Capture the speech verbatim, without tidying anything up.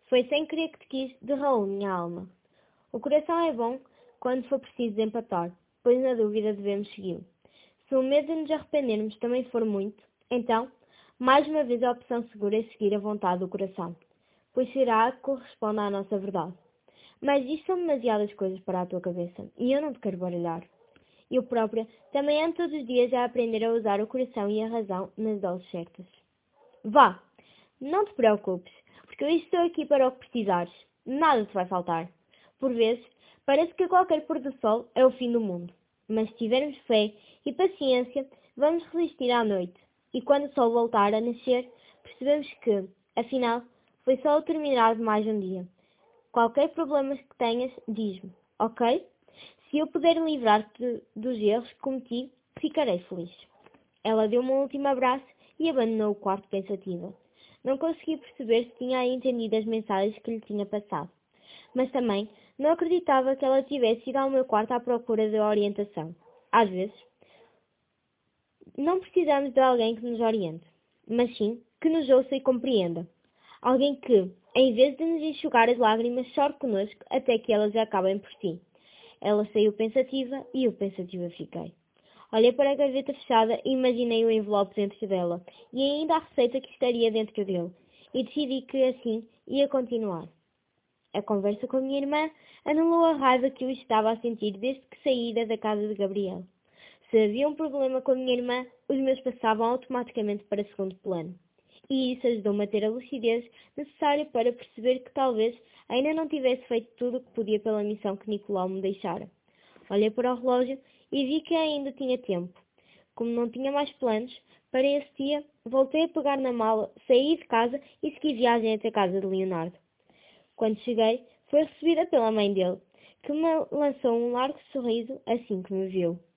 Foi sem querer que te quis, derralou minha alma. O coração é bom quando for preciso desempatar, pois na dúvida devemos segui-lo. Se o medo de nos arrependermos também for muito, então, mais uma vez a opção segura é seguir a vontade do coração, pois será a que corresponde à nossa verdade. Mas isto são demasiadas coisas para a tua cabeça, e eu não te quero baralhar. Eu própria também ando todos os dias a aprender a usar o coração e a razão nas doses certas. Vá, não te preocupes, porque eu estou aqui para o que precisares. Nada te vai faltar. Por vezes, parece que qualquer pôr do sol é o fim do mundo. Mas se tivermos fé e paciência, vamos resistir à noite. E quando o sol voltar a nascer, percebemos que, afinal, foi só o terminar de mais um dia. Qualquer problema que tenhas, diz-me, ok? Se eu puder livrar-te dos erros que cometi, ficarei feliz. Ela deu-me um último abraço e abandonou o quarto pensativa. Não consegui perceber se tinha entendido as mensagens que lhe tinha passado. Mas também não acreditava que ela tivesse ido ao meu quarto à procura de orientação. Às vezes, não precisamos de alguém que nos oriente, mas sim que nos ouça e compreenda. Alguém que, em vez de nos enxugar as lágrimas, chore connosco até que elas acabem por si. Ela saiu pensativa e eu pensativa fiquei. Olhei para a gaveta fechada e imaginei o envelope dentro dela e ainda a receita que estaria dentro dele, e decidi que assim ia continuar. A conversa com a minha irmã anulou a raiva que eu estava a sentir desde que saíra da casa de Gabriel. Se havia um problema com a minha irmã, os meus passavam automaticamente para segundo plano. E isso ajudou-me a ter a lucidez necessária para perceber que talvez ainda não tivesse feito tudo o que podia pela missão que Nicolau me deixara. Olhei para o relógio e vi que ainda tinha tempo. Como não tinha mais planos, para esse dia, voltei a pegar na mala, saí de casa e segui viagem até a casa de Leonardo. Quando cheguei, foi recebida pela mãe dele, que me lançou um largo sorriso assim que me viu.